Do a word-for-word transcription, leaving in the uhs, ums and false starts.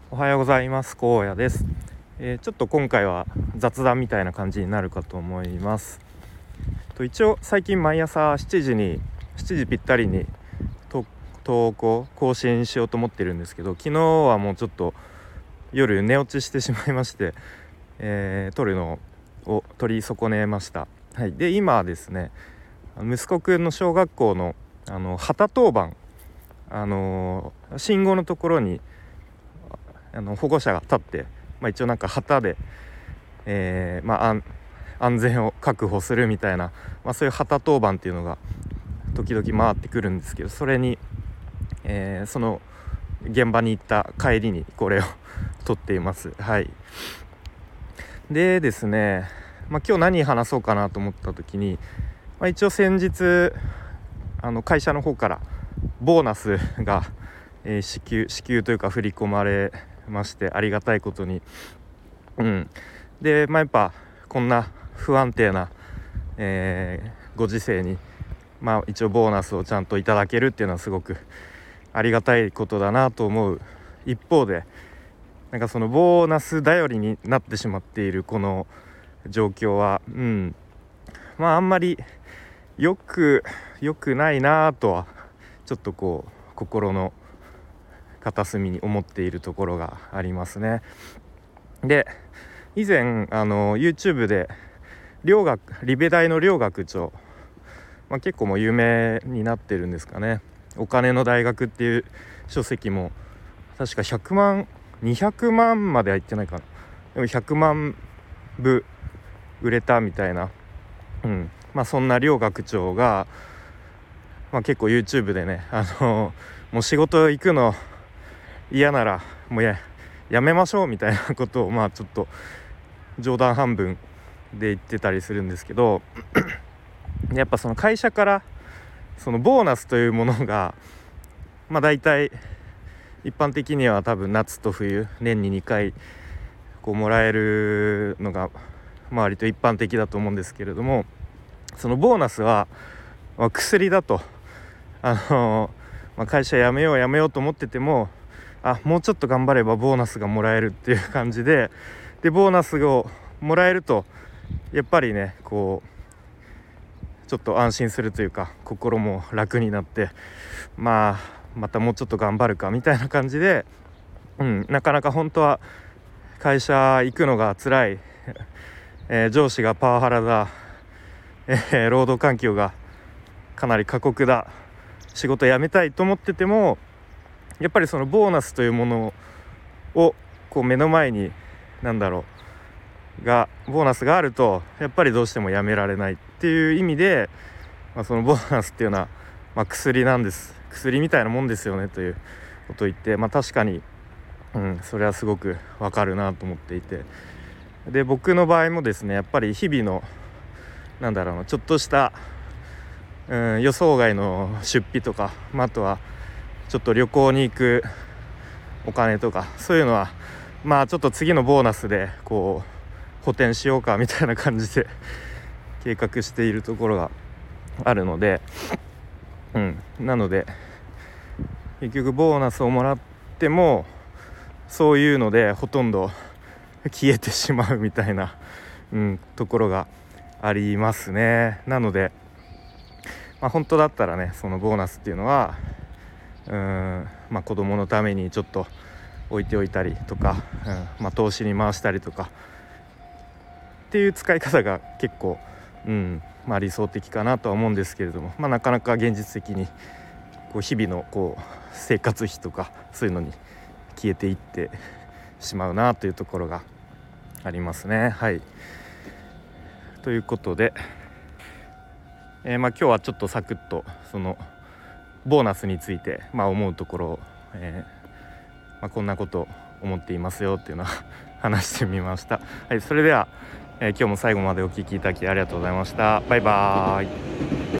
おはようございます。荒野です。えーちょっと今回は雑談みたいな感じになるかと思います。と一応最近毎朝しちじにしちじぴったりにと投稿更新しようと思ってるんですけど、昨日はもうちょっと夜寝落ちしてしまいまして、えー撮るのを取り損ねました。はい、で今はですね、息子くんの小学校のあの旗当番、あのー信号のところにあの保護者が立って、まあ、一応なんか旗で、えーまあ、安安全を確保するみたいな、まあ、そういう旗当番っていうのが時々回ってくるんですけど、それに、えーその現場に行った帰りにこれを撮っています。はい。でですね、まあ、今日何話そうかなと思った時に、まあ、一応先日あの会社の方からボーナスが、えー支給支給というか振り込まれまして、ありがたいことに、うんでまあやっぱこんな不安定な、えーご時世に、まあ一応ボーナスをちゃんといただけるっていうのはすごくありがたいことだなと思う一方で、なんかそのボーナス頼りになってしまっているこの状況は、うんまああんまりよくよくないなとはちょっとこう心の片隅に思っているところがありますね。で以前あの YouTube で両学リベ大の両学長、まあ、結構もう有名になってるんですかね。お金の大学っていう書籍も確かひゃくまんにひゃくまんまでは言ってないかな、でもひゃくまん部売れたみたいな、うんまあそんな両学長が、まあ、結構 YouTube でね、あのもう仕事行くの嫌ならもう や, やめましょうみたいなことをまあちょっと冗談半分で言ってたりするんですけど、やっぱその会社からそのボーナスというものが、まあ大体一般的には多分夏と冬年ににかいこうもらえるのがまあ割と一般的だと思うんですけれども、そのボーナスは、まあ、薬だと、あのまあ、会社辞めよう辞めようと思ってても、あもうちょっと頑張ればボーナスがもらえるっていう感じで、でボーナスをもらえるとやっぱりねこうちょっと安心するというか心も楽になって、まあまたもうちょっと頑張るかみたいな感じで、うん、なかなか本当は会社行くのが辛い、えー上司がパワハラだ、えー労働環境がかなり過酷だ、仕事辞めたいと思っててもやっぱりそのボーナスというものをこう目の前になんだろうがボーナスがあるとやっぱりどうしてもやめられないっていう意味で、まあ、そのボーナスっていうのは、まあ、薬なんです、薬みたいなもんですよねということを言って、まあ、確かに、うん、それはすごくわかるなと思っていて、で僕の場合もですねやっぱり日々のなんだろうなちょっとした、うん、予想外の出費とか、まあ、あとはちょっと旅行に行くお金とかそういうのはまあちょっと次のボーナスでこう補填しようかみたいな感じで計画しているところがあるので、うん、なので結局ボーナスをもらってもそういうのでほとんど消えてしまうみたいな、うん、ところがありますね。なので、まあ、本当だったらねそのボーナスっていうのはうーん、まあ、子供のためにちょっと置いておいたりとか、うんまあ、投資に回したりとかっていう使い方が結構、うんまあ、理想的かなとは思うんですけれども、まあ、なかなか現実的にこう日々のこう生活費とかそういうのに消えていってしまうなというところがありますね。はい。ということで、えーまあ、今日はちょっとサクッとそのボーナスについて、まあ、思うところを、えーまあ、こんなこと思っていますよっていうのを話してみました。はい、それでは、えー今日も最後までお聞きいただきありがとうございました。バイバーイ。